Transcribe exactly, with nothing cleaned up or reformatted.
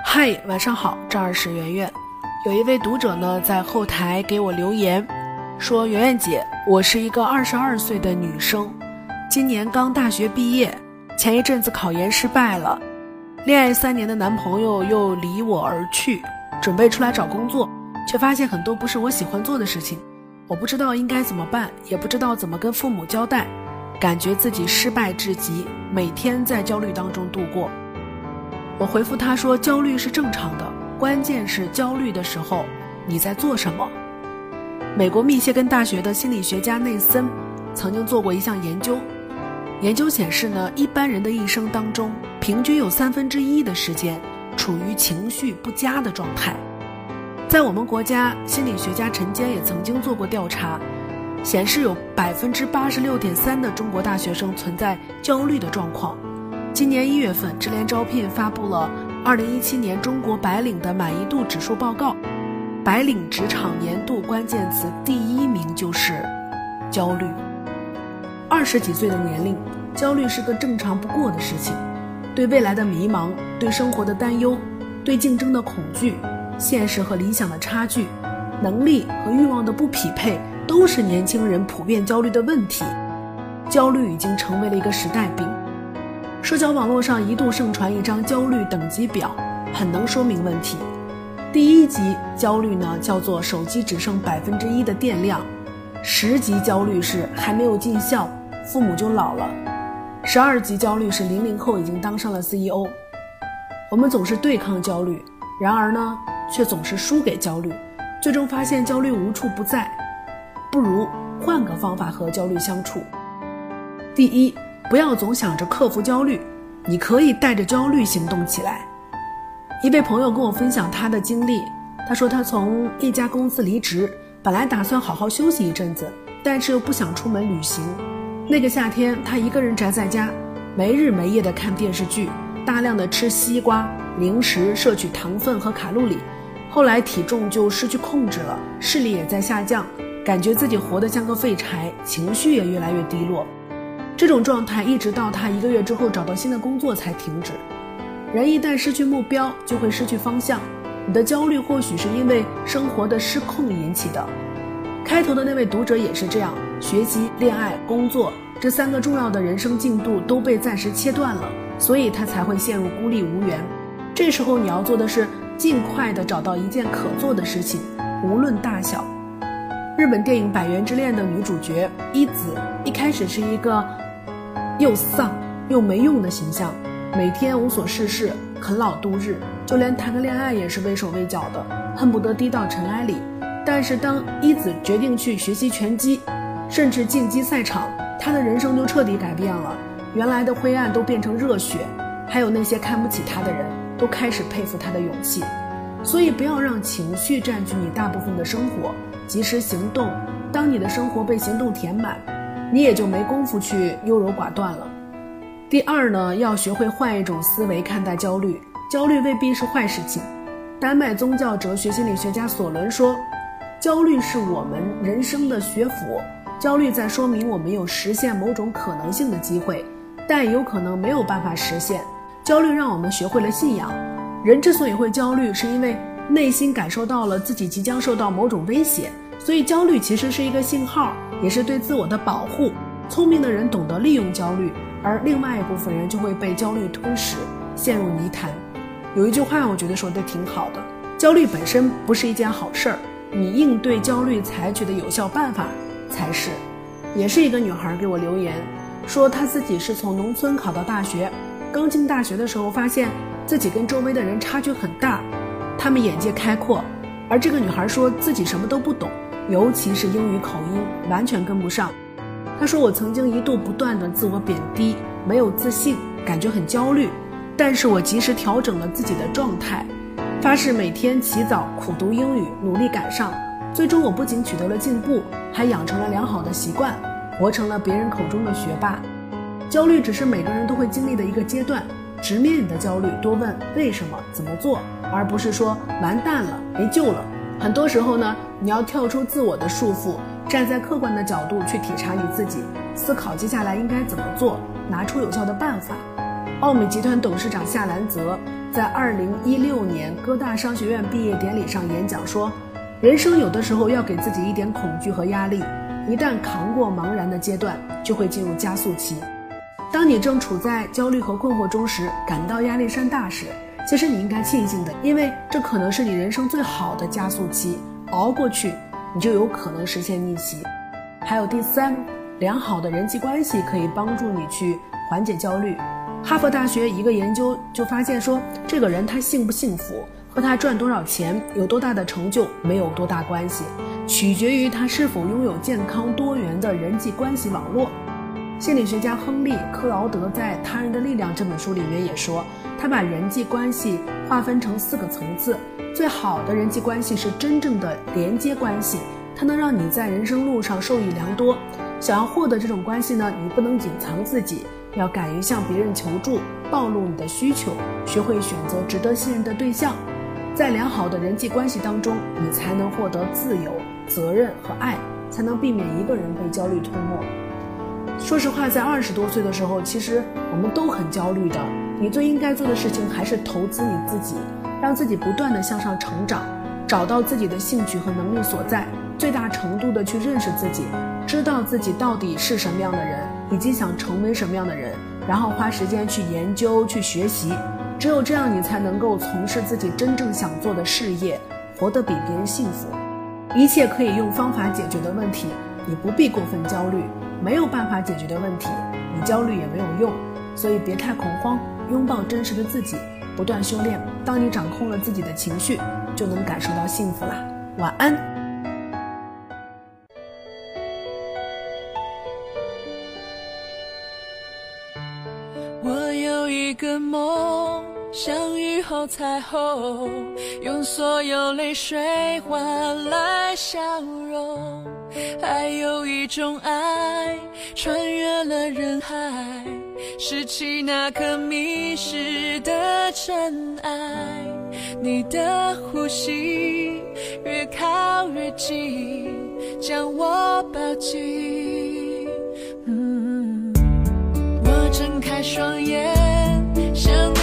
嗨，晚上好，这儿是圆圆。有一位读者呢在后台给我留言，说圆圆姐，我是一个二十二岁的女生，今年刚大学毕业，前一阵子考研失败了，恋爱三年的男朋友又离我而去，准备出来找工作，却发现很多不是我喜欢做的事情，我不知道应该怎么办，也不知道怎么跟父母交代，感觉自己失败至极，每天在焦虑当中度过。我回复他说，焦虑是正常的，关键是焦虑的时候你在做什么。美国密歇根大学的心理学家内森曾经做过一项研究，研究显示呢，一般人的一生当中，平均有三分之一的时间处于情绪不佳的状态。在我们国家，心理学家陈坚也曾经做过调查，显示有 百分之八十六点三 的中国大学生存在焦虑的状况。今年一月份，智联招聘发布了二零一七年中国白领的满意度指数报告，白领职场年度关键词第一名就是焦虑。二十几岁的年龄，焦虑是个正常不过的事情，对未来的迷茫，对生活的担忧，对竞争的恐惧，现实和理想的差距，能力和欲望的不匹配，都是年轻人普遍焦虑的问题。焦虑已经成为了一个时代病。社交网络上一度盛传一张焦虑等级表，很能说明问题。第一级焦虑呢，叫做手机只剩百分之一的电量；十级焦虑是还没有尽孝，父母就老了；十二级焦虑是零零后已经当上了 C E O。我们总是对抗焦虑，然而呢，却总是输给焦虑，最终发现焦虑无处不在。不如换个方法和焦虑相处。第一，不要总想着克服焦虑，你可以带着焦虑行动起来。一位朋友跟我分享他的经历，他说他从一家公司离职，本来打算好好休息一阵子，但是又不想出门旅行。那个夏天，他一个人宅在家，没日没夜地看电视剧，大量的吃西瓜、零食，摄取糖分和卡路里。后来体重就失去控制了，视力也在下降，感觉自己活得像个废柴，情绪也越来越低落。这种状态一直到他一个月之后找到新的工作才停止。人一旦失去目标，就会失去方向。你的焦虑或许是因为生活的失控引起的。开头的那位读者也是这样，学习、恋爱、工作这三个重要的人生进度都被暂时切断了，所以他才会陷入孤立无援。这时候你要做的是尽快地找到一件可做的事情，无论大小。日本电影《百元之恋》的女主角一子一开始是一个又丧又没用的形象，每天无所事事，啃老度日，就连谈个恋爱也是畏手畏脚的，恨不得低到尘埃里。但是当一子决定去学习拳击，甚至竞技赛场，她的人生就彻底改变了，原来的灰暗都变成热血，还有那些看不起她的人都开始佩服她的勇气。所以不要让情绪占据你大部分的生活，及时行动。当你的生活被行动填满，你也就没工夫去优柔寡断了。第二呢，要学会换一种思维看待焦虑，焦虑未必是坏事情。丹麦宗教哲学心理学家索伦说，焦虑是我们人生的学府，焦虑在说明我们有实现某种可能性的机会，但有可能没有办法实现。焦虑让我们学会了信仰。人之所以会焦虑，是因为内心感受到了自己即将受到某种威胁，所以焦虑其实是一个信号，也是对自我的保护。聪明的人懂得利用焦虑，而另外一部分人就会被焦虑吞噬，陷入泥潭。有一句话我觉得说的挺好的，焦虑本身不是一件好事儿，你应对焦虑采取的有效办法才是。也是一个女孩给我留言，说她自己是从农村考到大学，刚进大学的时候发现自己跟周围的人差距很大，他们眼界开阔，而这个女孩说自己什么都不懂，尤其是英语口音完全跟不上。她说，我曾经一度不断的自我贬低，没有自信，感觉很焦虑，但是我及时调整了自己的状态，发誓每天起早苦读英语，努力赶上。最终我不仅取得了进步，还养成了良好的习惯，活成了别人口中的学霸。焦虑只是每个人都会经历的一个阶段，直面你的焦虑，多问为什么，怎么做，而不是说完蛋了，没救了。很多时候呢，你要跳出自我的束缚，站在客观的角度去体察你自己，思考接下来应该怎么做，拿出有效的办法。奥美集团董事长夏兰泽在二零一六年哥大商学院毕业典礼上演讲说，人生有的时候要给自己一点恐惧和压力，一旦扛过茫然的阶段，就会进入加速期。当你正处在焦虑和困惑中时，感到压力山大时，其实你应该庆幸的，因为这可能是你人生最好的加速期，熬过去，你就有可能实现逆袭。还有第三，良好的人际关系可以帮助你去缓解焦虑。哈佛大学一个研究就发现说，这个人他幸不幸福和他赚多少钱、有多大的成就没有多大关系，取决于他是否拥有健康多元的人际关系网络。心理学家亨利·克劳德在《他人的力量》这本书里面也说，他把人际关系划分成四个层次。最好的人际关系是真正的连接关系，它能让你在人生路上受益良多。想要获得这种关系呢，你不能隐藏自己，要敢于向别人求助，暴露你的需求，学会选择值得信任的对象。在良好的人际关系当中，你才能获得自由、责任和爱，才能避免一个人被焦虑吞没。说实话，在二十多岁的时候，其实我们都很焦虑的。你最应该做的事情还是投资你自己，让自己不断的向上成长，找到自己的兴趣和能力所在，最大程度的去认识自己，知道自己到底是什么样的人，以及想成为什么样的人，然后花时间去研究、去学习。只有这样，你才能够从事自己真正想做的事业，活得比别人幸福。一切可以用方法解决的问题，你不必过分焦虑。没有办法解决的问题，你焦虑也没有用，所以别太恐慌，拥抱真实的自己，不断修炼。当你掌控了自己的情绪，就能感受到幸福啦。晚安。 我有一个梦，像雨后彩虹，用所有泪水换来笑容。还有一种爱，穿越了人海，拾起那颗迷失的尘埃。你的呼吸越靠越近，将我抱紧。嗯，我睁开双眼，想